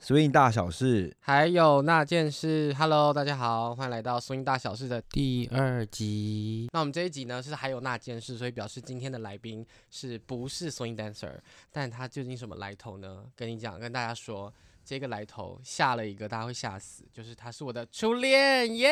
Swing 大小事， 还有那件事，Hello，大家好，欢迎来到 Swing 大小事的第2集。那我们这一集呢是还有那件事，所以表示今天的来宾是不是 Swing Dancer？ 但他究竟什么来头呢？跟你讲，跟大家说，这个来头吓了一个大家会吓死，就是他是我的初恋，耶！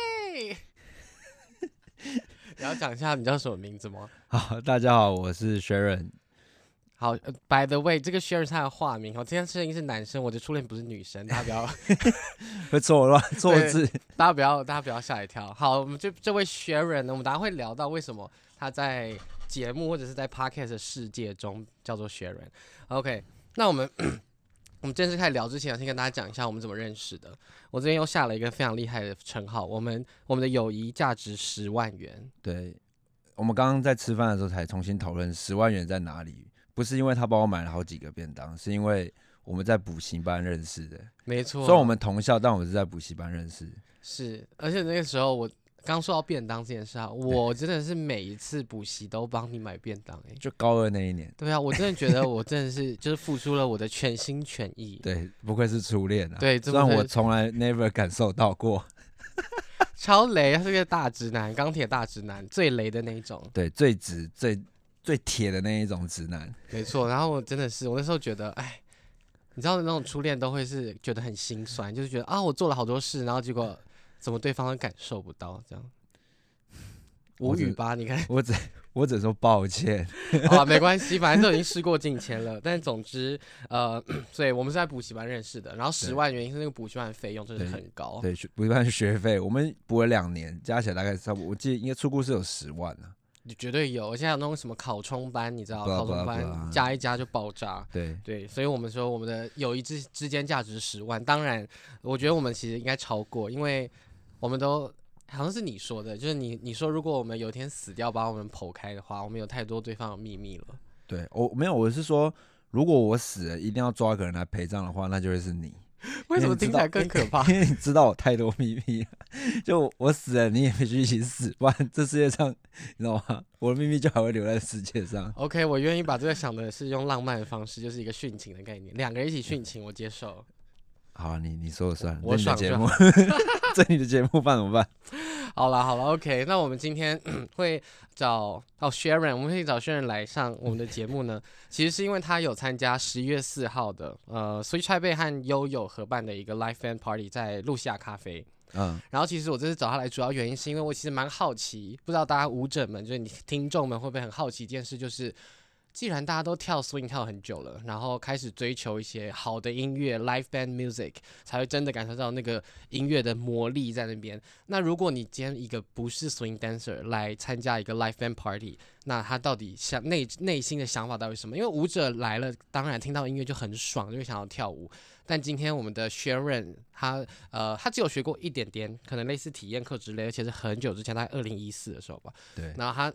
你要讲一下你叫什么名字吗？ 好，大家好，我是 Sharon。 好，by the way， 这个 Sharon 是他的化名，这件事情是男生，我的初恋不是女生，大家不要会错乱错字， 大家不要吓一跳。好，我们这位 Sharon 呢，我们等下会聊到为什么他在节目或者是在 podcast 的世界中叫做 Sharon。OK， 那我们正式开始聊之前，先跟大家讲一下我们怎么认识的。我这边又下了一个非常厉害的称号，我们的友谊价值10万元。 对，我们刚刚在吃饭的时候才重新讨论10万元在哪里。不是因为他帮我买了好几个便当，是因为我们在补习班认识的。 没错， 虽然我们同校，但我们是在补习班认识。 是，而且那个时候我刚说到便当这件事啊，我真的是每一次补习都帮你买便当就高2那一年。 对啊，我真的觉得我真的是就是付出了我的全心全意。 对，不愧是初恋啊。 对， 虽然我从来 never 感受到过。 超雷，他是个大直男，钢铁大直男，最雷的那一种。 对，最直最铁的那一种直男， 没错。然后我真的是，我那时候觉得，哎，你知道那种初恋都会是觉得很心酸，就是觉得啊，我做了好多事，然后结果怎么对方都感受不到，这样无语吧？你看， 我只说抱歉。 啊，没关系，反正都已经事过境迁了。但总之，所以我们是在补习班认识的。然后10万原因是那个补习班的费用真的很高。 对，补习班学费我们补了2年，加起来大概差不多，我记得应该出库是有10万啊。 绝对有，我现在有那种什么考冲班，你知道，考冲班加一加就爆炸。对，所以我们说我们的友谊之间价值10万，当然，我觉得我们其实应该超过，因为我们都好像是你说的，就是你说如果我们有一天死掉把我们剖开的话，我们有太多对方的秘密了。 对，没有，我是说，如果我死了，一定要抓个人来陪葬的话，那就会是你。 为什么听起来更可怕？ 因为你知道我太多秘密了，就我死了，你也必须一起死，不然这世界上，你知道吗？我的秘密就还会留在世界上。 OK， 我愿意把这个想的是用浪漫的方式，就是一个殉情的概念，2个人一起殉情，我接受。 好，你说了算， 我爽就好。 这你的节目办怎么办？ 好了，OK， 那我们今天会找Sharon， 我们会找 Sharon 来上我们的节目呢，其实是因为他有参加11月4号的Switch Taipei 和悠悠合办的一个 Live Fan Party 在露西亚咖啡。然后其实我这次找他来主要原因是因为我其实蛮好奇，不知道大家舞者们就是你听众们会不会很好奇一件事，就是既然大家都跳 swing 跳很久了，然后开始追求一些好的音乐 live band music， 才会真的感受到那个音乐的魔力在那边。那如果你今天一个不是 swing dancer 来参加一个 live band party， 那他到底内心的想法到底是什么？因为舞者来了，当然听到音乐就很爽，就会想要跳舞。但今天我们的 Sharon， 他只有学过一点点，可能类似体验课之类，而且是很久之前，大概2014的时候吧。 对， 然后他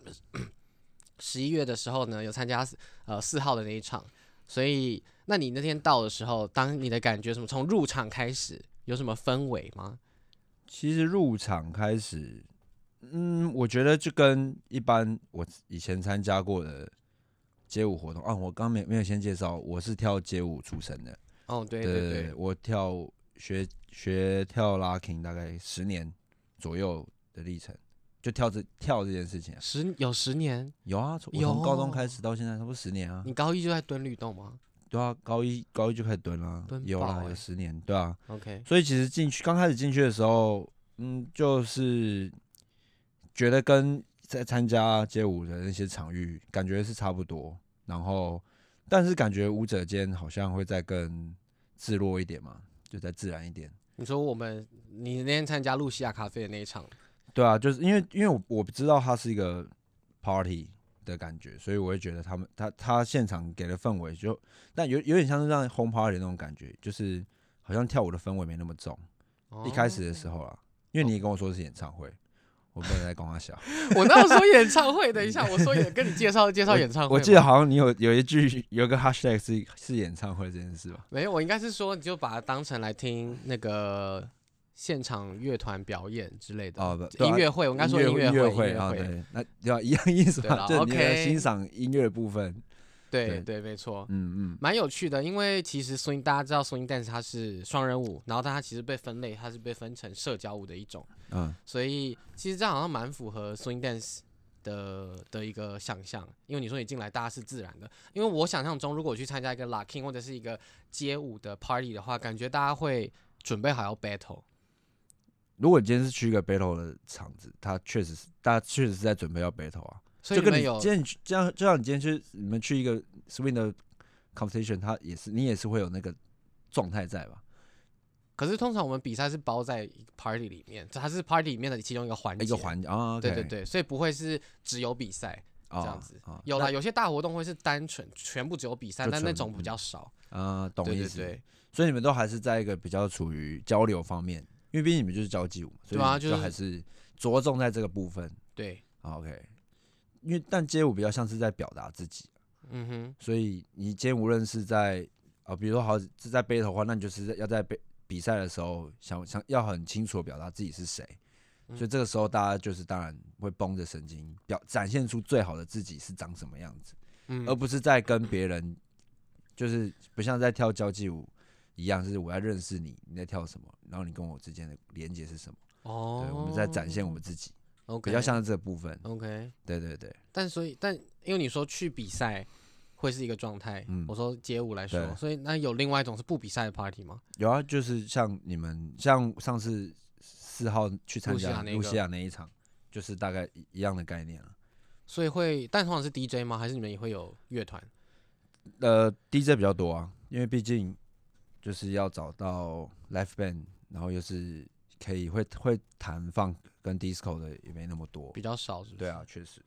11月的时候呢，有参加4号的那一场，所以那你那天到的时候，当你的感觉什么？从入场开始有什么氛围吗？ 其实入场开始，我觉得就跟一般我以前参加过的街舞活动啊，我刚没有先介绍，我是跳街舞出身的。 哦，对， 我学跳 locking 大概10年左右的历程。就跳这件事情啊， 有10年， 有啊，我从高中开始到现在差不多10年啊。 你高1就在蹲律动吗？ 对啊，高一就开始蹲啦，有啦，有10年，对啊。 OK， 所以其实刚开始进去的时候，就是觉得跟在参加街舞的那些场域感觉是差不多，然后但是感觉舞者间好像会再更自若一点嘛，就再自然一点。 你说你那天参加露西亚咖啡的那一场。 对啊，就是因为我知道它是一个 party 的感觉，所以我会觉得他现场给的氛围但有点像是让 home party 那种感觉，就是好像跳舞的氛围没那么重。一开始的时候啦，因为你也跟我说是演唱会，我不能再跟他笑。 我哪有说演唱会？等一下，我说跟你介绍演唱会。 我记得好像你有一个 hashtag 是演唱会这件事吧？ 没有，我应该是说你就把它当成来听那个现场乐团表演之类的音乐会，我应该说音乐会啊，对，那对吧？一样意思吧？就你的欣赏音乐的部分。 对对，没错， 嗯， 蛮有趣的。因为其实 swing 大家知道 swing dance 它是双人舞，然后但它其实被分类，它是被分成社交舞的一种。所以其实这样好像蛮符合 swing dance 的一个想象。因为你说你进来大家是自然的，因为我想象中如果我去参加一个 locking 或者是一个街舞的 party 的话，感觉大家会准备好要 battle。 如果你今天是去一个 battle 的场子，大家确实是在准备要 battle 啊。 所以就跟你今天这样，就像你今天你们去一个 swing 的 competition， 你也是会有那个状态在吧？ 可是通常我们比赛是包在 party 里面，它是 party 里面的其中一个环节。 啊， 对对对，所以不会是只有比赛这样子。有啦，有些大活动会是单纯全部只有比赛，但那种比较少。 懂意思。 对， 所以你们都还是在一个比较处于交流方面，因为毕竟你们就是交际舞，所以就还是着重在这个部分。 对 ，OK。但街舞比较像是在表达自己，所以你今天无论是在比如说好是在 battle 的话，那你就是要在比赛的时候想要很清楚的表达自己是谁，所以这个时候大家就是当然会绷着神经展现出最好的自己是长什么样子，而不是在跟别人就是不像在跳交际舞一样，就是我要认识你在跳什么，然后你跟我之间的连结是什么，对，我们在展现我们自己。比较像是这个部分。 OK， 对对对。 但因为你说去比赛会是一个状态，我说街舞来说，所以那有另外一种是不比赛的 party 吗？ 有啊，就是像你们像上次4号去参加露西亚那一场，就是大概一样的概念了。 所以但通常是 DJ 吗？还是你们也会有乐团 ？DJ 比较多啊，因为毕竟就是要找到 live band， 然后又是会弹放跟 disco 的也没那么多， 比较少是不是？ 对啊，确实。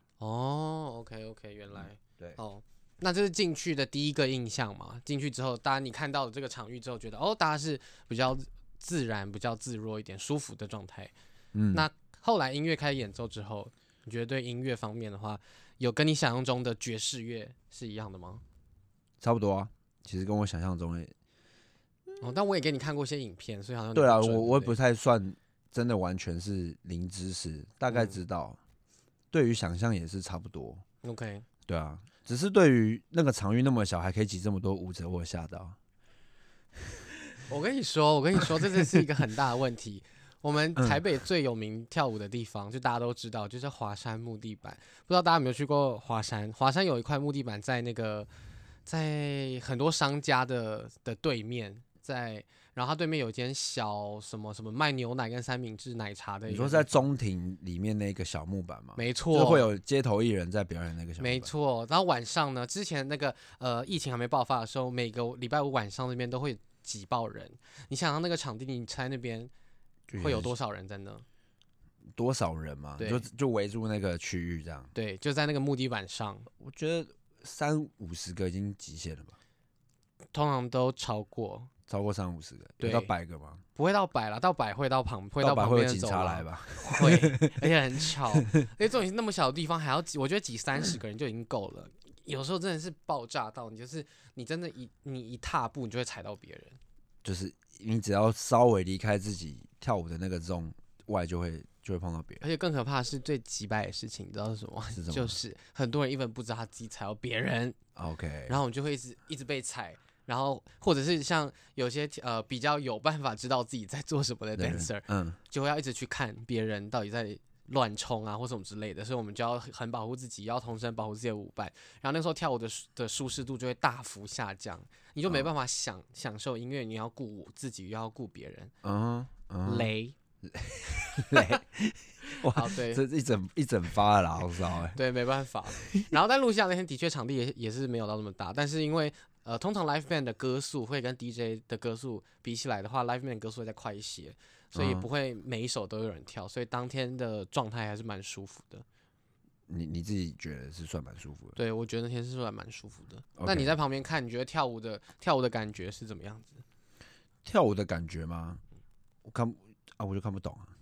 OK， 原来对。 那这是进去的第一个印象嘛？进去之后，大家你看到了这个场域之后，觉得大家是比较自然、比较自若一点、舒服的状态。那后来音乐开始演奏之后，你觉得对音乐方面的话，有跟你想象中的爵士乐是一样的吗？ 差不多啊，其实跟我想象中的。 但我也给你看过一些影片，所以好像对啊，我也不太算真的完全是零知识，大概知道。对于想象也是差不多。 OK。 对啊，只是对于那个场域那么小，还可以挤这么多舞者，我吓到。 我跟你说，这真是一个很大的问题。我们台北最有名跳舞的地方，就大家都知道，就是华山木地板。不知道大家有没有去过华山？华山有一块木地板在在很多商家的对面，然后它对面有一间小什么卖牛奶跟三明治奶茶的。 你说在中庭里面那个小木板吗？ 没错， 就会有街头艺人在表演那个小木板。 没错，然后晚上呢，之前那个疫情还没爆发的时候，每个礼拜五晚上那边都会挤爆人。你想想那个场地，你猜那边会有多少人在那？ 多少人嘛？就围住那个区域这样。 对，就在那个木地板上。 我觉得30-50个已经极限了吧？ 通常都超过 30-50个，有到100个吗？ 不会到100啦，到100会到旁边的走廊， 会有警察来吧？ 会，而且很吵。因为这种那么小的地方，还要我觉得挤30个人就已经够了。有时候真的是爆炸到你真的你一踏步，你就会踩到别人。 就是你只要稍微离开自己跳舞的那个 zone 外，就会碰到别人。 而且更可怕的是最击败的事情，你知道是什么？就是很多人even不知道他自己踩到别人。 OK， 然后我们就会一直被踩。然后或者是像有些比较有办法知道自己在做什么的 dancer，就会要一直去看别人到底在乱冲啊或什么之类的，所以我们就要很保护自己，要同时保护自己的舞伴。然后那时候跳舞的舒适度就会大幅下降，你就没办法享受音乐，你要顾自己又要顾别人。雷， 哇，对，这一整发的牢骚哎。 对，没办法。然后在录下那天的确场地也是没有到那么大，但是因为通常 live band 的歌速会跟 DJ 的歌速比起来的话 ，live band 的歌速会再快一些，所以不会每一首都有人跳，所以当天的状态还是蛮舒服的。 你自己觉得是算蛮舒服的？ 对，我觉得那天是算蛮舒服的。那你在旁边看，你觉得跳舞的感觉是怎么样子？ 跳舞的感觉吗？我就看不懂啊。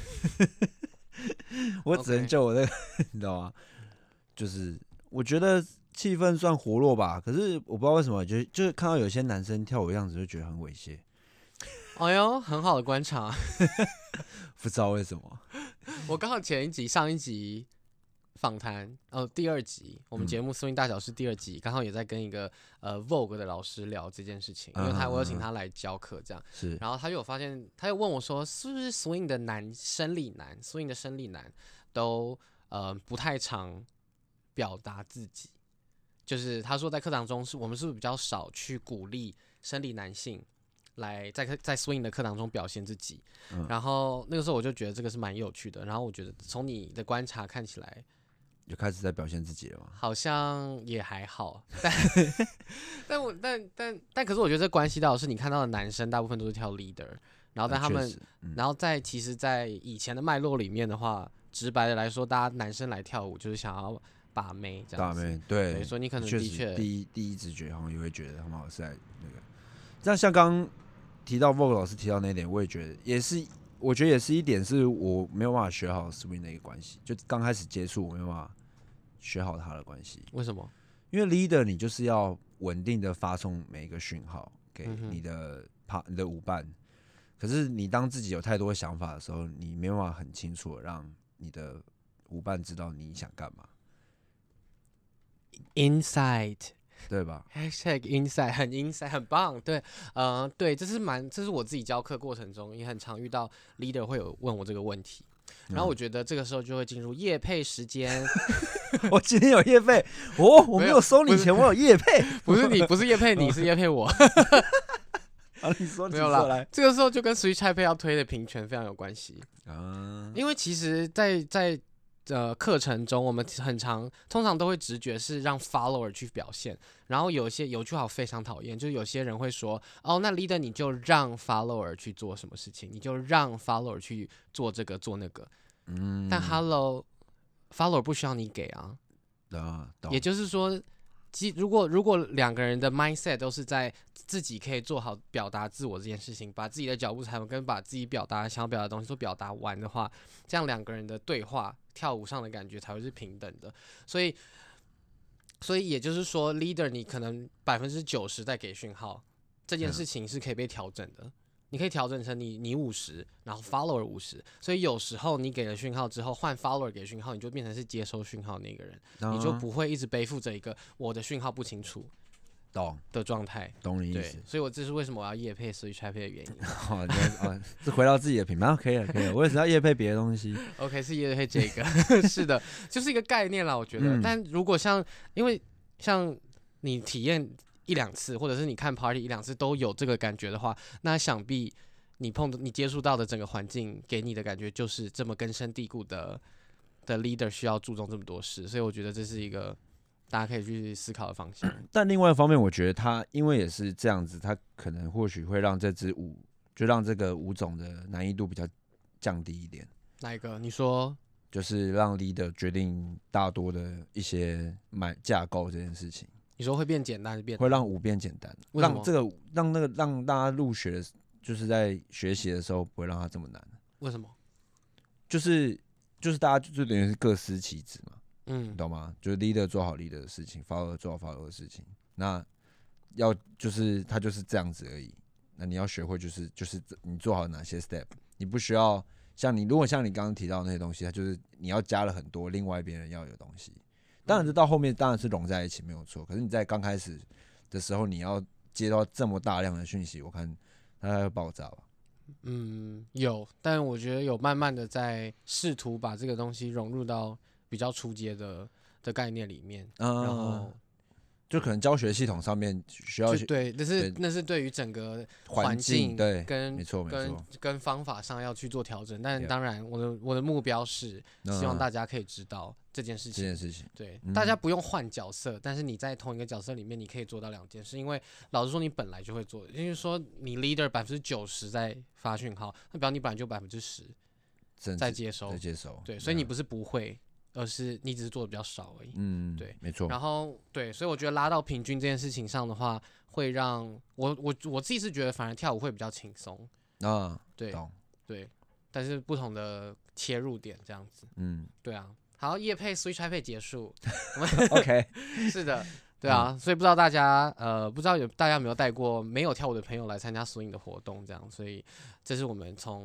我只能就我那个，你知道吗？就是我觉得气氛算活络吧，可是我不知道为什么，就是看到有些男生跳舞的样子，就觉得很猥亵。 哎呦，很好的观察。 不知道为什么。 我刚好上一集访谈，第2集，我们节目《swing 大小事》第2集，刚好也在跟一个Vogue 的老师聊这件事情，因为我有请他来教课这样， 是， 然后他就有发现，他又问我说，是不是 swing 的生理男都不太常表达自己，就是他说在课堂中我们是不是比较少去鼓励生理男性来在 swing 的课堂中表现自己，然后那个时候我就觉得这个是蛮有趣的，然后我觉得从你的观察看起来。 就开始在表现自己了吗？ 好像也还好，但可是我觉得这关系到的是你看到的男生大部分都是跳 leader， 然后但他们，然后其实，在以前的脉络里面的话，直白的来说，大家男生来跳舞就是想要把妹这样子， 把妹对， 所以你可能的确第一直觉好像也会觉得他们好像是在那个，这样像刚提到 Vogue 老师提到那一点，我也觉得也是。我觉得也是一点是我没有办法学好 swing 的一个关系，就刚开始接触我没有办法学好它的关系。 为什么？ 因为 leader 你就是要稳定的发送每一个讯号给你的舞伴，可是你当自己有太多想法的时候，你没办法很清楚的让你的舞伴知道你想干嘛。 Insight。 对吧 ？#inside 很 inside 很棒，对，对，这是我自己教课过程中也很常遇到 leader 会有问我这个问题，然后我觉得这个时候就会进入业配时间。 我今天有业配，我没有收你钱，我有业配， 不是业配你，是业配我。 你说没有啦，这个时候就跟 Switch Taipei 要推的平权非常有关系因为其实在课程中，我们通常都会直觉是让 follower 去表现，然后有句话非常讨厌，就是有些人会说，那 leader 你就让 follower 去做什么事情，你就让 follower 去做这个做那个，但 follower 不需要你给啊，也就是说，如果2个人的 mindset 都是在自己可以做好表达自我这件事情，把自己的脚步踩稳跟把自己想要表达的东西都表达完的话，这样2个人的对话跳舞上的感觉才会是平等的。所以也就是说 ，leader 你可能90%在给讯号，这件事情是可以被调整的。你可以调整成你50，然后 follower 50，所以有时候你给了讯号之后，换 follower 给讯号，你就变成是接收讯号那个人，你就不会一直背负着一个我的讯号不清楚的状态。 懂你意思。 所以这是为什么我要业配 Switch Taipei 的原因。 是回到自己的品牌，可以了，我也是要业配别的东西。 OK， 是业配这个，是的，就是一个概念啦，我觉得。但如果因为像你体验1-2次，或者是你看 party 1-2次都有这个感觉的话，那想必你接触到的整个环境给你的感觉就是这么根深蒂固的 leader 需要注重这么多事，所以我觉得这是一个大家可以去思考的方向。 但另外一方面，我觉得他因为也是这样子，他可能或许会让这支舞就让这个舞种的难易度比较降低一点。 哪一个？你说？ 就是让 leader 决定大多的一些架构这件事情。 你说会变简单， 会让舞变简单，让大家入学的，就是在学习的时候不会让它这么难。 为什么？ 就是大家就等于是各司其职嘛，你懂吗？就是 leader 做好 leader 的事情 ，follower 做好 follower 的事情。那就是他就是这样子而已。那你要学会就是你做好哪些 step， 你不需要如果像你刚刚提到的那些东西，它就是你要加了很多另外别人要有的东西。当然，这到后面当然是融在一起没有错。可是你在刚开始的时候，你要接到这么大量的讯息，我看它会爆炸吧？ 有，但我觉得有慢慢的在试图把这个东西融入到比较初阶的概念里面，然后就可能教学系统上面需要对，那是对于整个环境对跟方法上要去做调整。但当然，我的目标是希望大家可以知道这件事情。对，大家不用换角色，但是你在同一个角色里面，你可以做到2件事。因为老实说，你本来就会做，因为说你 leader 90%在发讯号，那表示你本来就10%在接收。对，所以你不是不会。而是你只是做的比较少而已。对， 没错。 然后对，所以我觉得拉到平均这件事情上的话，会让我自己是觉得反而跳舞会比较轻松啊。 对，但是不同的切入点这样子。对啊。好，业配 Switch Taipei 结束。 OK， 是的，对啊。所以不知道大家大家有没有带过没有跳舞的朋友来参加 swing 的活动这样，所以这是我们从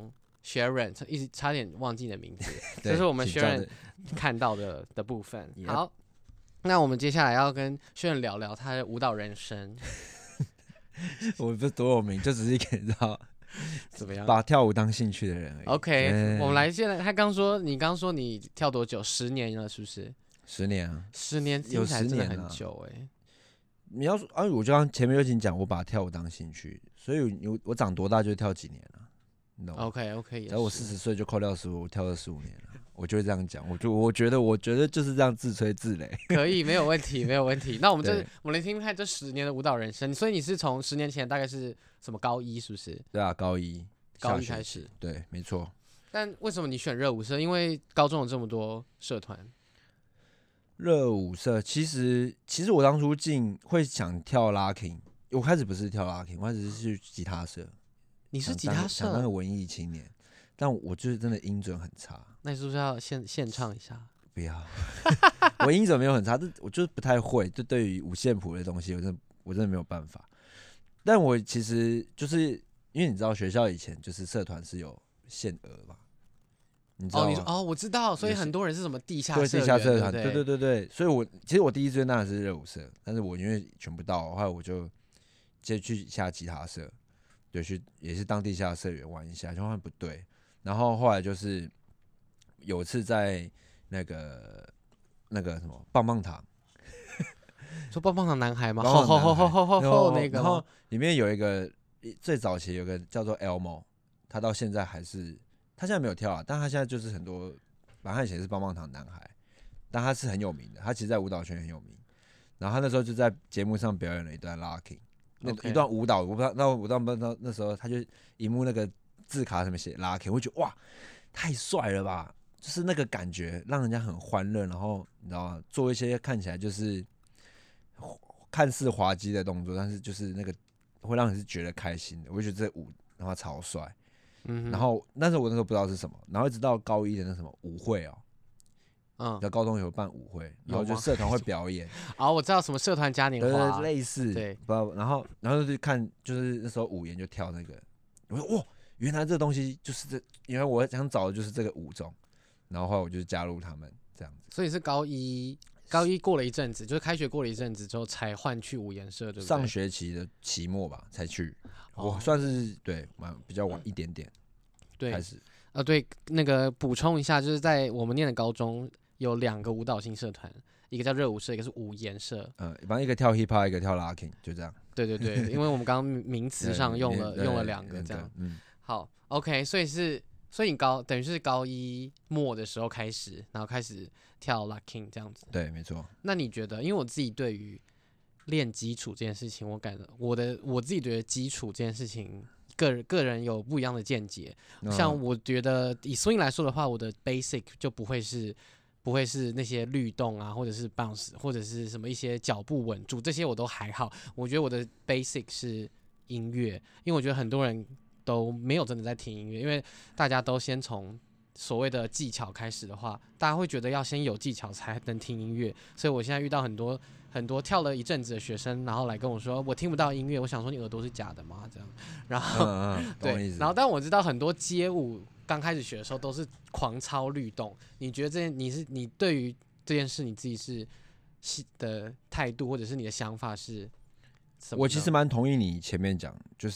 Sharon， 一直差点忘记你的名字， 对这是我们请教 Sharon 看到的部分。 Yep 好，那我们接下来要跟Sharon 聊聊他的舞蹈人生， 我不是多有名，就只是一个你知道怎么样把跳舞当兴趣的人而已。 ？OK， 对我们来现在，你刚说你跳多久？10年了，是不是 10年啊， ？10年听起来真的很久哎、 你要说啊，我就刚前面就已经讲，我把跳舞当兴趣，所以我长多大就跳几年了，你懂吗？ OK， 只要我40岁就扣掉15，我跳25年了，我就会这样讲。我觉得就是这样自吹自擂。 可以，没有问题，没有问题。那我们对来听听看这10年的舞蹈人生。所以你是从10年前大概是什么高一，是不是？ 对啊，高一高一下学开始。 对，没错。 但为什么你选热舞社？因为高中有这么多社团。 热舞社其实我当初会想跳 locking， 我开始不是跳 locking， 我开始是去吉他社。 你是吉他社？ 想当个文艺青年，但我就是真的音准很差。 那你是不是要现唱一下？ 不要，我音准没有很差，我就是不太会。就对于五线谱的东西，我真的没有办法。但我其实就是因为你知道学校以前就是社团是有限额嘛，你知道吗？ 你说我知道，所以很多人是什么地下对社员， 地下社团， 对对。所以其实我第一志愿当然是热舞社，但是我因为选不到，后来我就接去下吉他社，对，也是当地下社员玩一下，就发现不对。然后后来就是有一次在那个什么棒棒糖， 说棒棒糖男孩吗？ 棒棒糖男孩那个然后里面有一个最早期有个叫做 Elmo， 他到现在还是他现在没有跳啊，但他现在就是很多，反正他以前是棒棒糖男孩，但他是很有名的，他其实在舞蹈圈很有名。然后他那时候就在节目上表演了一段 locking， 一段舞蹈，我不知道那时候他就荧幕那个字卡上面写 locking， 我就觉得哇，太帅了吧！就是那个感觉让人家很欢乐，然后你知道吗？做一些看起来就是看似滑稽的动作，但是就是那个会让你是觉得开心的。我就觉得这舞然后超帅，然后但是我那时候不知道是什么，然后一直到高一的那什么舞会在高中有办舞会，然后就社团会表演。 我知道什么社团嘉年华， 对，类似， 对， 不知道，然后就去看，就是那时候舞研就跳那个，我说哇，原来这东西就是原来我想找的就是这个舞种，然后后来我就加入他们这样子。 所以是高一过了一阵子，就是开学过了一阵子之后才换去舞研社，对不对？ 上学期的期末吧才去，我算是对比较晚一点点开始。 对，那个补充一下，就是在我们念的高中有2个舞蹈性社团，一个叫热舞社，一个是舞研社。 反正一个跳 hip hop， 一个跳 locking， 就这样。 对，因为我们刚刚名词上用了2个这样。好 ，OK， 所以你等于是高一末的时候开始，然后开始跳 locking 这样子。 对，没错。 那你觉得，因为我自己对于练基础这件事情，我自己觉得基础这件事情，个人有不一样的见解。像我觉得以 swing 来说的话，我的 basic 就不会是那些律动啊，或者是 bounce， 或者是什么一些脚步稳住，这些我都还好。我觉得我的 basic 是音乐，因为我觉得很多人都没有真的在听音乐，因为大家都先从所谓的技巧开始的话，大家会觉得要先有技巧才能听音乐。所以我现在遇到很多跳了一阵子的学生，然后来跟我说我听不到音乐，我想说你耳朵是假的吗？这样，然后对，然后但我知道很多街舞刚开始学的时候都是狂操律动，你觉得你对于这件事你自己是的态度或者是你的想法是什么？ 我其实蛮同意你前面讲，就是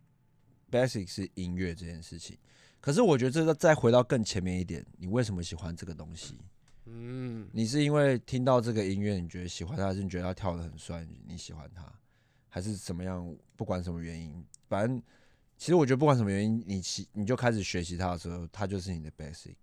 basic 是音乐这件事情。可是我觉得这个再回到更前面一点，你为什么喜欢这个东西？你是因为听到这个音乐你觉得喜欢它，还是你觉得它跳得很帅你喜欢它，还是怎么样？不管什么原因，反正其实我觉得不管什么原因，你就开始学习它的时候，它就是你的 basic。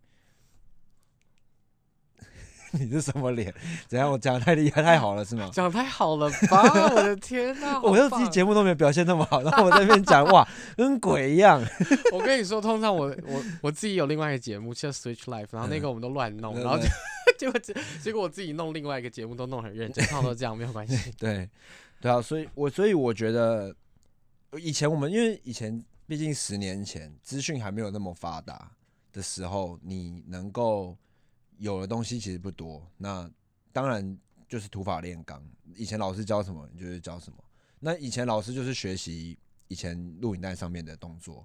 你是什么脸？怎样？我讲的太厉害太好了是吗？ 讲太好了吧！我的天哪， 我自己节目都没有表现那么好，然后我在那边讲哇，跟鬼一样。 我跟你说，通常我自己有另外一个节目叫 Switch Life， 然后那个我们都乱弄，然后结果我自己弄另外一个节目都弄很认真，通常都这样，没有关系。 对啊，所以我觉得以前因为以前毕竟10年前资讯还没有那么发达的时候，你能够有的东西其实不多。那当然就是土法炼钢，以前老师教什么你就是教什么。那以前老师就是学习以前录影带上面的动作，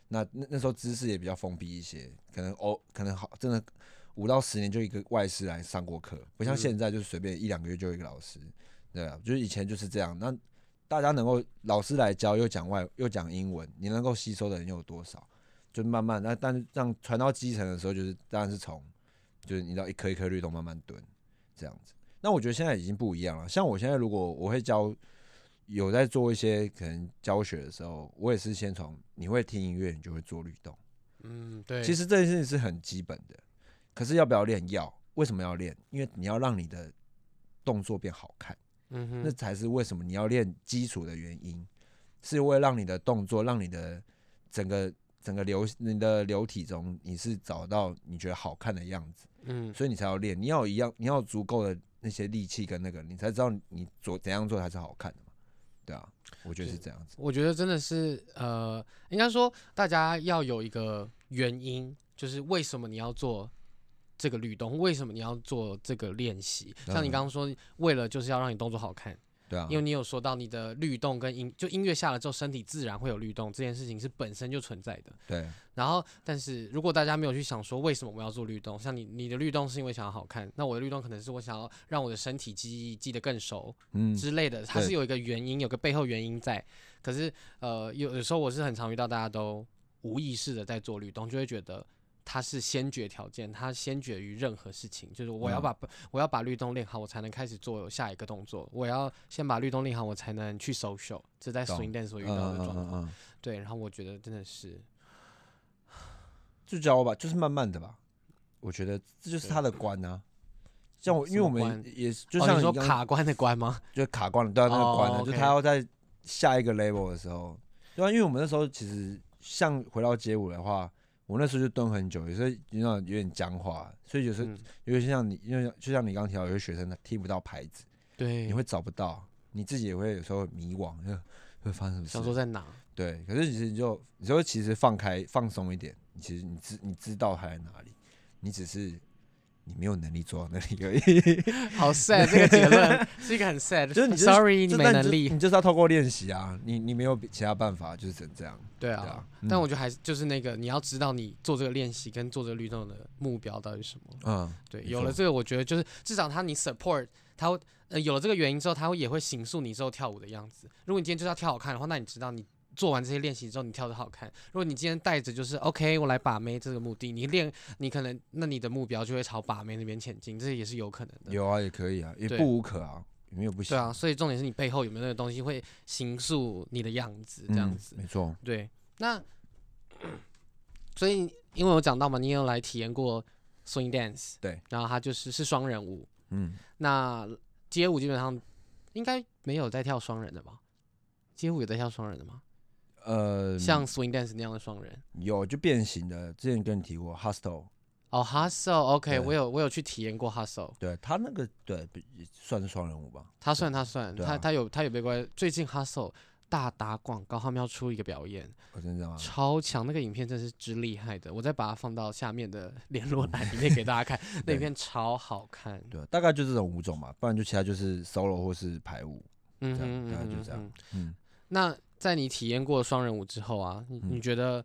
那时候知识也比较封闭一些，可能好真的5到10年就一个外师来上过课，不像现在就是随便1、2个月就有一个老师，对啊，就是以前就是这样。那大家能够老师来教又讲英文，你能够吸收的人又有多少？就慢慢但是这样传到基层的时候，当然是就是你知道一颗一颗律动慢慢蹲这样子。那我觉得现在已经不一样了，像我现在如果我会有在做一些可能教学的时候，我也是先从你会听音乐，你就会做律动。 对。 其实这件事情是很基本的，可是要不要练？为什么要练？因为你要让你的动作变好看。那才是为什么你要练基础的原因，是为了让你的动作，让你的整个你的流体中，你是找到你觉得好看的样子。所以你才要练，你要有足够的那些力气跟那个，你才知道你怎样做才是好看的嘛。对啊，我觉得是这样子。 我觉得真的是应该说大家要有一个原因，就是为什么你要做这个律动，为什么你要做这个练习？像你刚刚说，为了就是要让你动作好看， 对啊， 因为你有说到你的律动跟音乐下了之后，身体自然会有律动，这件事情是本身就存在的。 对。 然后，但是如果大家没有去想说为什么我们要做律动，像你的律动是因为想要好看，那我的律动可能是我想要让我的身体记得更熟，之类的，它是有一个原因，有个背后原因在。可是有时候我是很常遇到大家都无意识的在做律动，就会觉得它是先决条件，它先决于任何事情，就是我要把律动练好，我才能开始做下一个动作。我要先把律动练好，我才能去 social。这在 swing dance 所遇到的状况。对，然后我觉得真的是， 就教吧，就是慢慢的吧。我觉得这就是他的关啊。像因为我们也就像你说卡关的关吗？ 就卡关了，对啊，那个关了，就他要在下一个 level 的时候，对啊，因为我们那时候其实像回到街舞的话。我那时候就蹲很久，有时候有点僵化，所以有时候因为就像你刚刚提到，有些学生他听不到拍子， 对， 你会找不到，你自己也会有时候迷惘，会发生什么事？ 想说在哪？ 对，可是其实你就其实放松一点，其实你知道他在哪里，你只是你没有能力做到那里而已。 好 sad， 这个结论是一个很 sad， 就是sorry 你没能力， 你就是要透过练习啊，你没有其他办法，就是只能这样。 对啊，但我觉得还是就是那个你要知道你做这个练习跟做这个律动的目标到底是什么。对，有了这个，我觉得就是至少你 support 他会有了这个原因之后，他也会形塑你之后跳舞的样子。如果你今天就是要跳好看的话，那你知道你做完这些练习之后，你跳得好看。如果你今天带着就是 OK， 我来把妹这个目的，你可能那你的目标就会朝把妹那边前进，这也是有可能的。 有啊，也可以啊，也不无可啊。没有不行。 对啊，所以重点是你背后有没有那个东西会形塑你的样子，这样子。 没错。 对，那所以因为我讲到嘛，你也有来体验过 swing dance， 对， 然后它是双人舞，那街舞基本上应该没有在跳双人的吧？街舞有在跳双人的吗？像 swing dance 那样的双人， 有就变形的，之前跟你提过 hustle。 哦 ，hustle，OK， 我有去体验过 hustle。 对他那个算是双人舞吧？ 他算，他有被关。最近 hustle 大打广告，他们要出一个表演， 真的吗？ 超强，那个影片真是之厉害的，我再把它放到下面的联络栏里面给大家看，那影片超好看。 对，大概就这种舞种嘛，不然就其他就是 solo 或是排舞，大概就这样。 那在你体验过双人舞之后啊，你觉得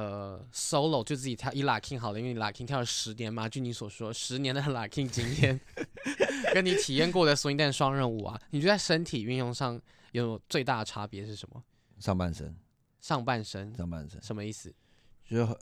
solo 就自己跳以 locking 好了，因为你 locking 跳了10年嘛，据你所说10年的 locking 经验，跟你体验过的 swing dance 双人舞啊，你觉得在身体运用上有最大的差别是什么？上半身什么意思？ 就是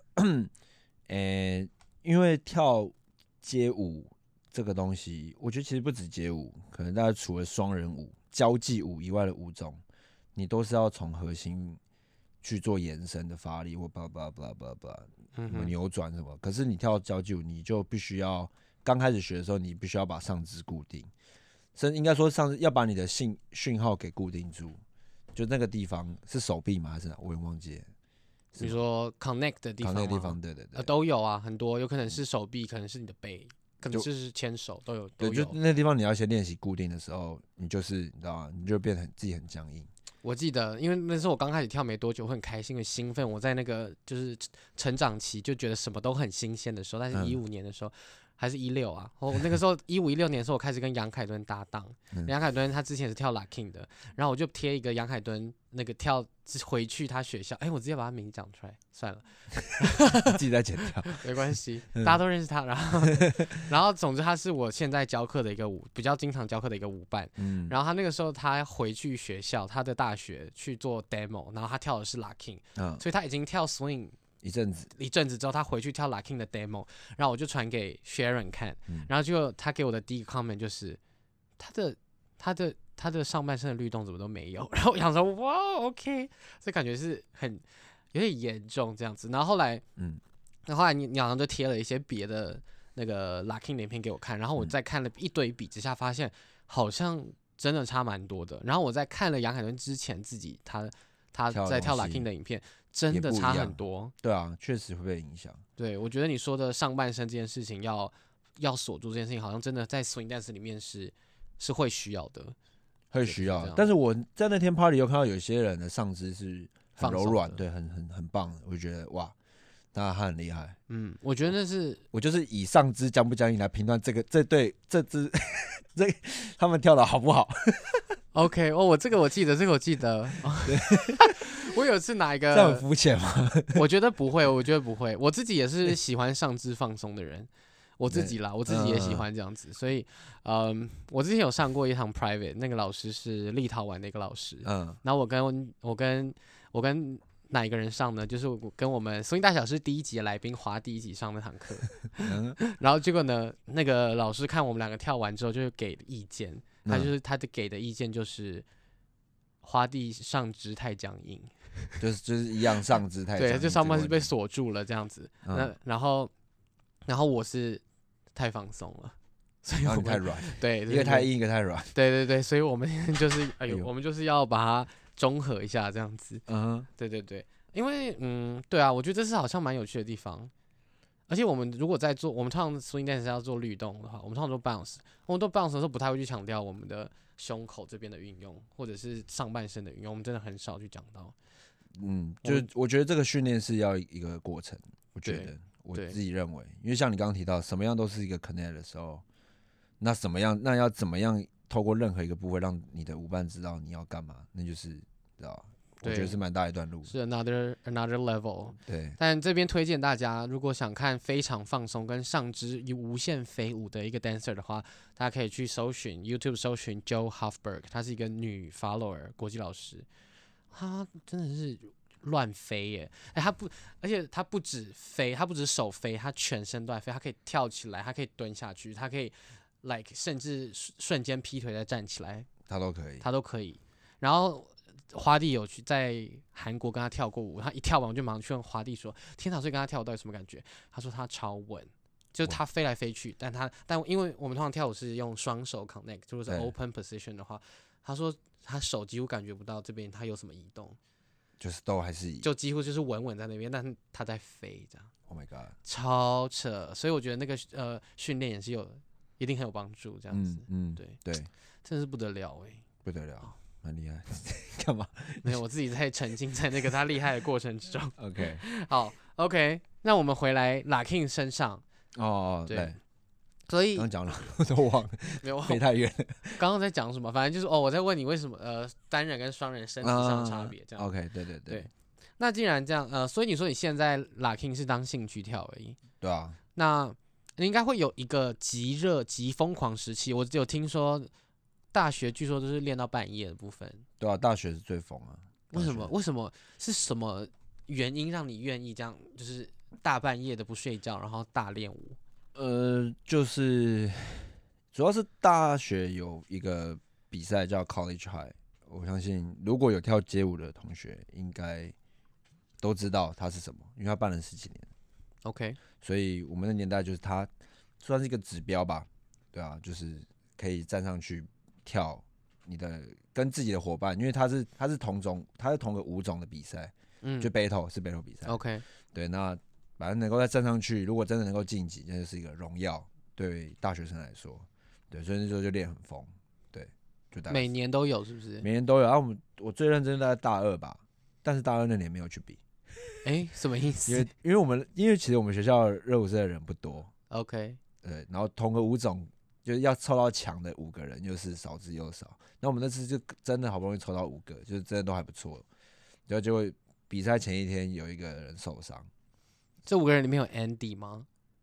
因为跳街舞这个东西，我觉得其实不止街舞，可能大家除了双人舞、交际舞以外的舞种，你都是要从核心去做延伸的发力或扭转什么。可是你跳交际舞，你就必须要刚开始学的时候，你必须要把上肢固定，应该说上肢要把你的讯号给固定住。就那个地方是手臂吗？还是哪？我也忘记了。 你说 connect 的地方吗？ connect 的地方，对， 都有啊，很多，有可能是手臂，可能是你的背，可能就是牵手，都有。 对，就那地方你要先练习固定的时候，你知道吗？你就变得自己很僵硬。 我记得，因为那时候我刚开始跳没多久，我很开心、很兴奋。我在那个就是成长期，就觉得什么都很新鲜的时候。但是15年的时候， 还是16啊？我那个时候15、16年的时候，我开始跟杨凯敦搭档。杨凯敦他之前是跳 locking 的，然后我就贴一个杨凯敦那个跳回去他学校，我直接把他名字讲出来，算了， 自己再剪掉， 没关系，大家都认识他。然后总之他是我现在教课的一个比较经常教课的一个舞伴。然后他那个时候他回去学校，他的大学去做 demo， 然后他跳的是 locking，所以他已经跳 swing。一阵子之后，他回去跳 locking 的 demo， 然后我就传给 Sharon 看，然后就他给我的第一个 comment 就是他的上半身的律动怎么都没有，然后我想说哇 OK， 这感觉是有点严重这样子。然后后来你好像就贴了一些别的那个 locking 的影片给我看，然后我再看了一堆比之下，发现好像真的差蛮多的。然后我在看了杨凯伦之前自己他在跳 locking 的影片。真的差很多， 对啊，确实会被影响。 对，我觉得你说的上半身这件事情要锁住这件事情，好像真的在 swing dance 里面是会需要的， 会需要。但是我在那天 party 有看到有些人的上肢是很柔软，对，很棒，我就觉得哇，那他很厉害。 我觉得那是我就是以上肢僵不僵硬来评断这支他们跳的好不好。 OK， 我这个我记得，我有一次拿一个， 这很肤浅吗？ 我觉得不会，我自己也是喜欢上肢放松的人，我自己也喜欢这样子，所以我之前有上过一堂 private， 那个老师是立陶宛的一个老师，然后我跟哪一个人上呢？就是我跟我们swing大小事第一集的来宾华弟一起上那堂课，然后结果呢，那个老师看我们两个跳完之后，就给意见，他给的意见就是花弟上肢太僵硬， 就是一样上肢太僵硬， 对，就上半身被锁住了这样子。然后我是太放松了，所以我们太软， 对， 一个太硬，一个太软， 对，所以我们就是我们就是要把它中和一下这样子。对，因为对啊，我觉得这是好像蛮有趣的地方。而且我们如果我们通常 swing dance 要做律动的话，我们通常做 bounce， 我们做 bounce 的时候不太会去强调我们的胸口这边的运用，或者是上半身的运用，我们真的很少去讲到。 就是我觉得这个训练是要一个过程，我觉得我自己认为，因为像你刚刚提到，什么样都是一个 connect 的时候，那要怎么样透过任何一个部位让你的舞伴知道你要干嘛，那就是知道。我觉得是蛮大一段路， 是 another level。 对， 但这边推荐大家，如果想看非常放松跟上肢无限飞舞的一个 dancer 的话，大家可以去YouTube 搜寻 Jo Hofberg， 她是一个女 follower 国际老师，她真的是乱飞耶！而且她不止飞，她不止手飞，她全身都在飞，她可以跳起来，她可以蹲下去，她可以 甚至瞬间劈腿再站起来，她都可以。然后花弟有去在韩国跟他跳过舞，他一跳完我就马上去问花弟说：“天哪，所以跟他跳舞到底什么感觉？”他说他超稳，就是他飞来飞去，但因为我们通常跳舞是用双手 connect， 如果是 open position 的话，他说他手几乎感觉不到这边他有什么移动， 就是都还是就几乎就是稳稳在那边，但是他在飞这样。 Oh my god， 超扯！所以我觉得那个训练也是一定很有帮助，这样子。对，真的是不得了不得了。蛮厉害，干嘛？ 没有，我自己在沉浸在那个他厉害的过程之中。 OK， 好 ，OK， 那我们回来 locking 身上。对，所以刚讲了，我都忘了， 没有飞太远。 刚刚在讲什么？反正就是我在问你为什么单人跟双人身体上的差别这样。 OK， 对。 那既然这样，所以你说你现在 locking 是当兴趣跳而已。 对啊。 那你应该会有一个极热、极疯狂时期。我有听说。大学据说都是练到半夜的部分， 对啊，大学是最疯啊。 为什么是什么原因让你愿意这样，就是大半夜的不睡觉，然后大练舞？ 就是主要是大学有一个比赛叫 College High， 我相信如果有跳街舞的同学应该都知道它是什么，因为它办了10几年。 OK， 所以我们的年代就是它算是一个指标吧，对啊，就是可以站上去。跳你的跟自己的伙伴，因为它是同个舞种的比赛，就 battle 是 battle 比赛。 OK， 对，那反正能够再站上去，如果真的能够晋级，那就是一个荣耀，对大学生来说，对，所以那时候就练很疯，对，就大概每年都有是不是？ 每年都有。然后我最认真的在大2吧，但是大2那年没有去比。 什么意思？ 因为其实我们学校热舞社的人不多。 OK， 对，然后同个舞种就是要凑到强的5个人，又是少之又少。那我们那次就真的好不容易抽到5个，就是真的都还不错。然后结果比赛前一天有一个人受伤， 这5个人里面有 Andy 吗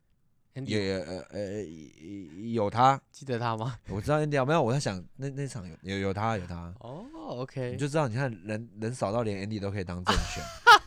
？Andy 有他， 记得他吗？ 我知道 Andy 没有，我在想那场有他。 哦，OK， 你就知道，你看人少到连 Andy 都可以当正选。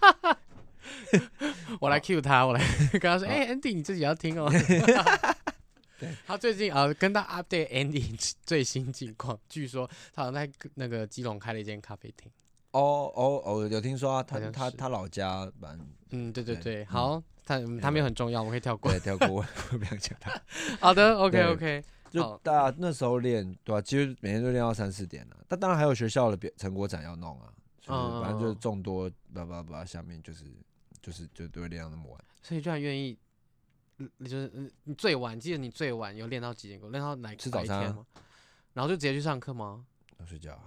我来 cue 他，我来跟他说，Andy 你自己要听哦。他最近跟他 update Andy 最新近况，据说他好像在那个基隆开了一间咖啡厅。 有听说啊，他老家对，好，他没有很重要，我们可以跳过。 对，跳过，我不想讲他。 好的，OK， 就大家那时候练，对吧？几乎每天都练到3、4点了。但当然还有学校的成果展要弄啊，就是反正就是众多下面就都会练到那么晚。 所以居然愿意，就是你最晚，记得你最晚有练到几点？练到哪吃早餐吗？然后就直接去上课吗？ 要睡觉。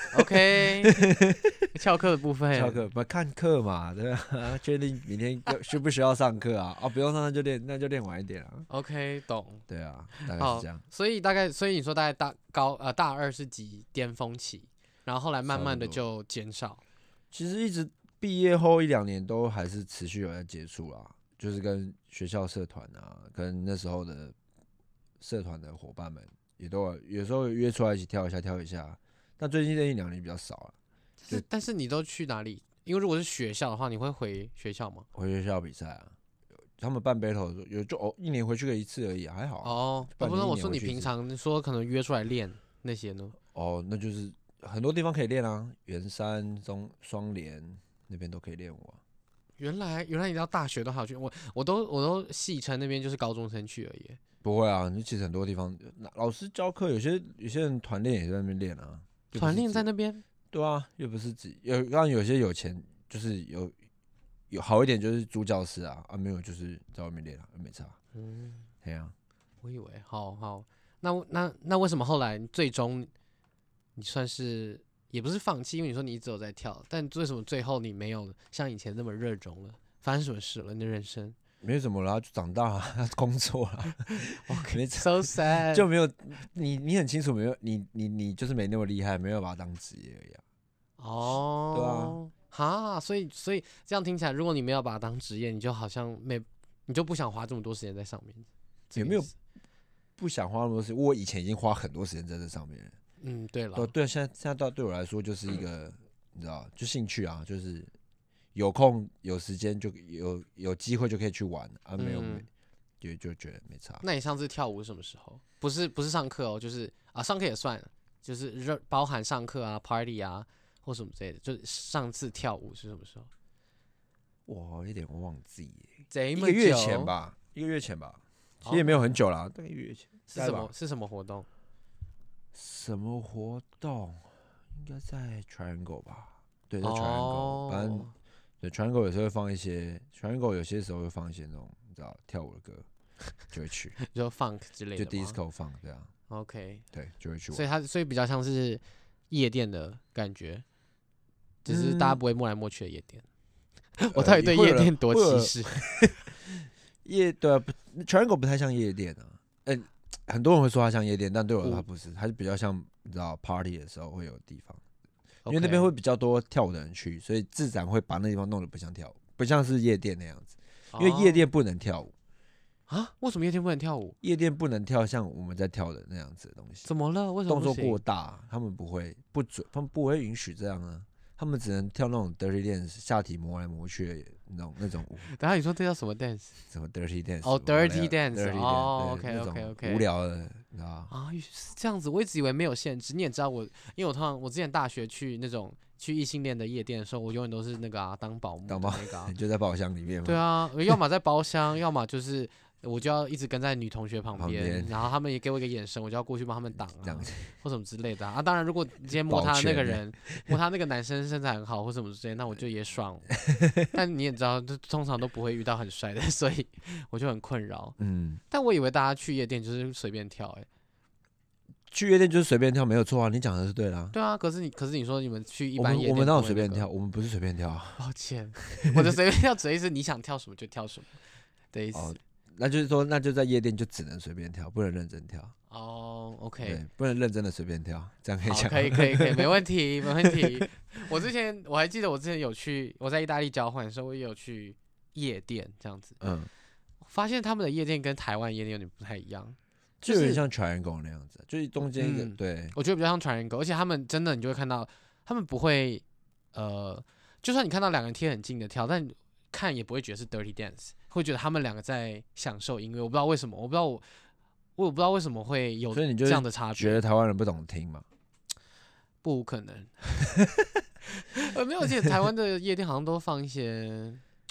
OK， 翘课的部分， 翘课不看课嘛，对吧？确定明天需不需要上课啊？不用上那就练晚一点啊。 OK， 懂。 对啊，大概是这样。 所以你说大概大2是级巅峰期，然后后来慢慢的就减少。 其实一直毕业后1、2年都还是持续有在接触啦，就是跟学校社团啊，跟那时候的社团的伙伴们也都有时候约出来一起跳一下。但最近这1、2年比较少了。 但是你都去哪里？因为如果是学校的话，你会回学校吗？ 回学校比赛啊，他们办 battle 有就1年回去个1次而已，还好。 哦，不是，我说你平常说可能约出来练那些呢？ 那就是很多地方可以练啊，圆山、双连那边都可以练舞啊。 原来你到大学都还有去，我都戏称那边就是高中生去而已。 不会啊，你其实很多地方老师教课，有些人团练也在那边练啊。 团练在那边？ 对啊，又不是有些有钱，就是有好一点，就是租教室啊，没有就是在外面练啊，没差。对啊。 我以为好，那为什么后来最终你算是也不是放弃？因为你说你一直有在跳，但为什么最后你没有像以前那么热衷了？发生什么事了？你的人生？ 没什么啦，就长大了，工作了。 OK，so sad， 就没有你很清楚，没有你就是没那么厉害，没有把它当职业而已啊。 哦， 对啊， 所以这样听起来，如果你没有把它当职业，你就好像你就不想花这么多时间在上面。 也没有不想花那么多时间，我以前已经花很多时间在这上面了。 对了， 对，现在对我来说就是一个你知道，就兴趣啊，就是有空有时间就有机会就可以去玩啊，没有就觉得没差。 那你上次跳舞是什么时候？不是上课哦，就是上课也算，就是包含上课啊、party 啊或什么之类的。就是上次跳舞是什么时候？ 我有点忘记 1 个月前吧，其实也没有很久啦，大概1个月前。 是什么活动？ 什么活动？应该在 Triangle 吧？对，在 Triangle，反正对 Triangle 有时候会放一些 Triangle 有些时候会放一些那种你知道跳舞的歌，就会去， 就 funk 之类的， 就 disco funk 这样。 OK， 对，就会去玩。 所以比较像是夜店的感觉，只是大家不会摸来摸去的夜店。我到底对夜店多歧视？ 对啊，Triangle 不太像夜店啊。很多人会说它像夜店，但对我来说它不是，它是比较像你知道 party 的时候会有的地方，因为那边会比较多跳舞的人去，所以自然会把那地方弄得不像跳舞，不像是夜店那样子。因为夜店不能跳舞啊？为什么夜店不能跳舞？ 夜店不能跳像我们在跳的那样子的东西。 怎么了？为什么动作过大，他们不会允许这样啊。他们只能跳那种 dirty dance， 下体磨来磨去的那种舞。 等下你说这叫什么 dance？ 什么 dirty dance？ dirty dance。 OK， 无聊的，你知道吗？ 是这样子，我一直以为没有限制。你也知道因为我之前大学去那种去异性恋的夜店的时候，我永远都是那个当保姆的那个。 你就在包厢里面吗？ 对啊，要么在包厢，要么就是我就要一直跟在女同学旁边，然后他们也给我一个眼神，我就要过去帮他们挡或什么之类的啊。当然，如果今天摸他的那个人，摸他那个男生身材很好或什么之类，那我就也爽。但你也知道，通常都不会遇到很帅的，所以我就很困扰。但我以为大家去夜店就是随便跳， 去夜店就是随便跳，没有错啊，你讲的是对啦。 对啊，可是你说你们去一般夜店， 我们哪有随便跳？我们不是随便跳。 抱歉，我的随便跳只意思你想跳什么就跳什么的意思。 那就是说，那就在夜店就只能随便跳，不能认真跳。 哦，OK， 对，不能认真的随便跳，这样可以好， 讲。 可以，没问题，没问题。我还记得我之前有去，我在意大利交换的时候，我也有去夜店这样子，发现他们的夜店跟台湾夜店有点不太一样， 就有点像 triangle 那样子，就是中间一个，对， 我觉得比较像 triangle，而且他们真的你就会看到，他们不会，就算你看到两个人贴很近的跳，但看也不会觉得是 dirty dance， 会觉得他们两个在享受音乐。我不知道为什么，我也不知道为什么会有这样的差别。 觉得台湾人不懂听嘛？ 不可能。没有，我记得台湾的夜店好像都放一些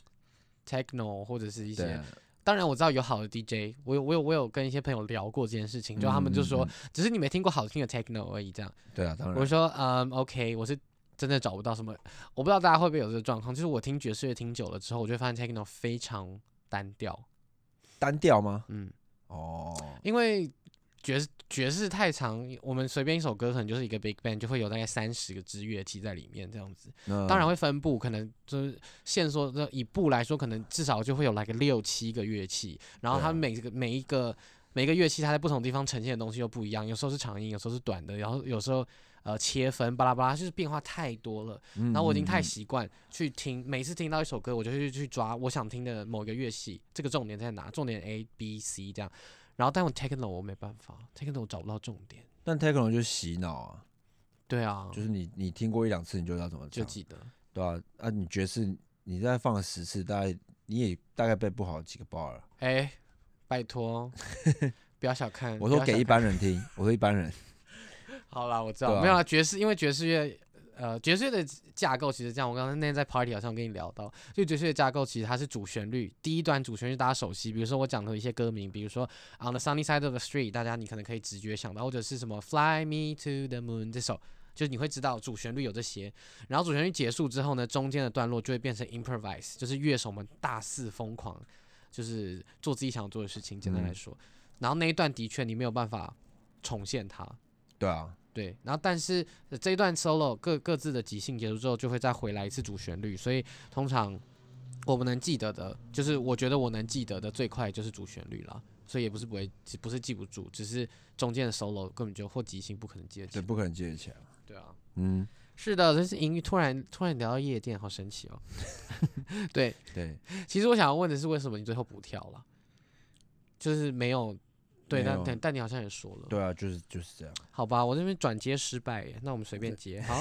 techno 或者是一些。当然我知道有好的 DJ， 我有跟一些朋友聊过这件事情，就他们就说，只是你没听过好听的 techno 而已，这样。 对啊，当然。 我说OK， 我是真的找不到什么，我不知道大家会不会有这个状况，就是我听爵士乐听久了之后，我就会发现 techno 非常单调。 单调吗？ 因为爵士太长，我们随便一首歌可能就是一个 big band， 就会有大概30个支乐器在里面这样子。当然会分部，可能就是线索以部来说，可能至少就会有来个6、7个乐器，然后它每一个乐器它在不同地方呈现的东西又不一样，有时候是长音，有时候是短的，然后有时候切分巴拉巴拉，就是变化太多了。然后我已经太习惯去听，每次听到一首歌，我就会去抓我想听的某一个乐器，这个重点在哪？重点 A B C 这样。然后但我 techno 我没办法 ，techno 我找不到重点。 但 techno 就是洗脑啊。 对啊， 就是你听过1、2次，你就知道怎么唱， 就记得。 对啊，你爵士你再放了10次，你也大概背不好几个 bar 了。 拜托，不要小看。 我说给一般人听，我说一般人。 好啦，我知道，没有啦，因为爵士乐。爵士乐的架构其实这样，我刚才那天在 party 好像跟你聊到，就爵士乐的架构其实它是主旋律，第一段主旋律大家熟悉，比如说我讲的一些歌名，比如说 On the Sunny Side of the Street， 大家你可能可以直觉想到，或者是什么 Fly Me to the Moon 这首，就是你会知道主旋律有这些，然后主旋律结束之后呢，中间的段落就会变成 improvise， 就是乐手们大肆疯狂，就是做自己想做的事情，简单来说，然后那一段的确你没有办法重现它。 对啊。 对，然后但是这一段 solo 各自的即兴结束之后，就会再回来一次主旋律，所以通常我们能记得的，就是我觉得我能记得的最快就是主旋律啦，所以也不是记不住，只是中间的 solo 根本就或即兴不可能记得起来， 对，不可能记得起来。 对啊，是的，这是音乐突然聊到夜店，好神奇哦。对，其实我想要问的是，为什么你最后不跳了？就是没有。对，但你好像也说了。 对啊，就是这样。 好吧，我这边转接失败耶，那我们随便接。好。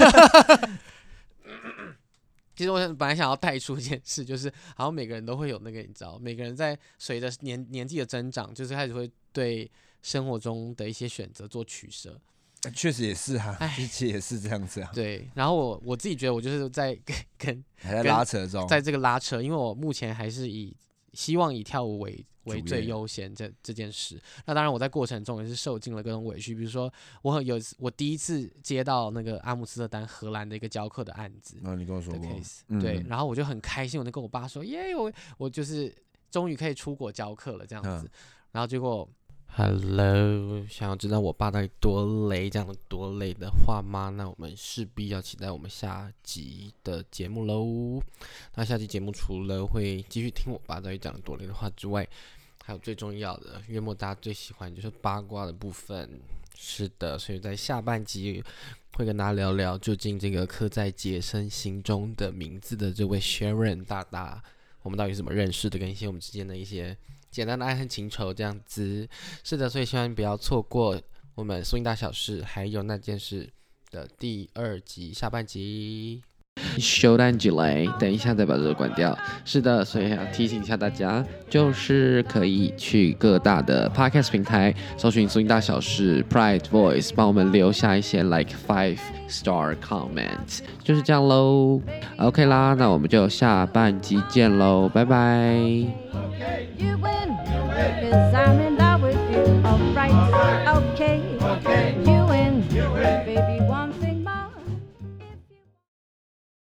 其实我本来想要带出一件事，就是好像每个人都会有那个，你知道，每个人在随着年纪的增长，就是开始会对生活中的一些选择做取舍。 确实也是啊，其实也是这样子啊。 对，然后我自己觉得我就是在还在拉扯中， 在这个拉扯，因为我目前还是希望以跳舞为最优先这件事。那当然我在过程中也是受尽了各种委屈，比如说我第一次接到那个阿姆斯特丹荷兰的一个教课的案子， 你跟我说过 case，对，然后我就很开心，我就跟我爸说，耶，我就是终于可以出国教课了这样子，然后结果。Hello， 想要知道我爸到底多累，讲了多累的话吗？那我们势必要期待我们下集的节目喽。那下集节目除了会继续听我爸到底讲了多累的话之外，还有最重要的，约莫大家最喜欢就是八卦的部分。是的，所以在下半集会跟大家聊聊，究竟这个刻在杰森心中的名字的这位 Sharon 大大，我们到底是怎么认识的，跟一些我们之间的一些简单的爱恨情仇这样子。是的，所以希望不要错过我们苏音大小事还有那件事的第2集下半集。休单集来，等一下再把这个关掉。是的，所以要提醒一下大家，就是可以去各大的 podcast 平台搜寻苏音大小事 Pride Voice， 帮我们留下一些 like 5-star comment， 就是这样喽。OK 啦，那我们就下半集见喽，拜拜。You win, 'cause I'm in love with you, alright.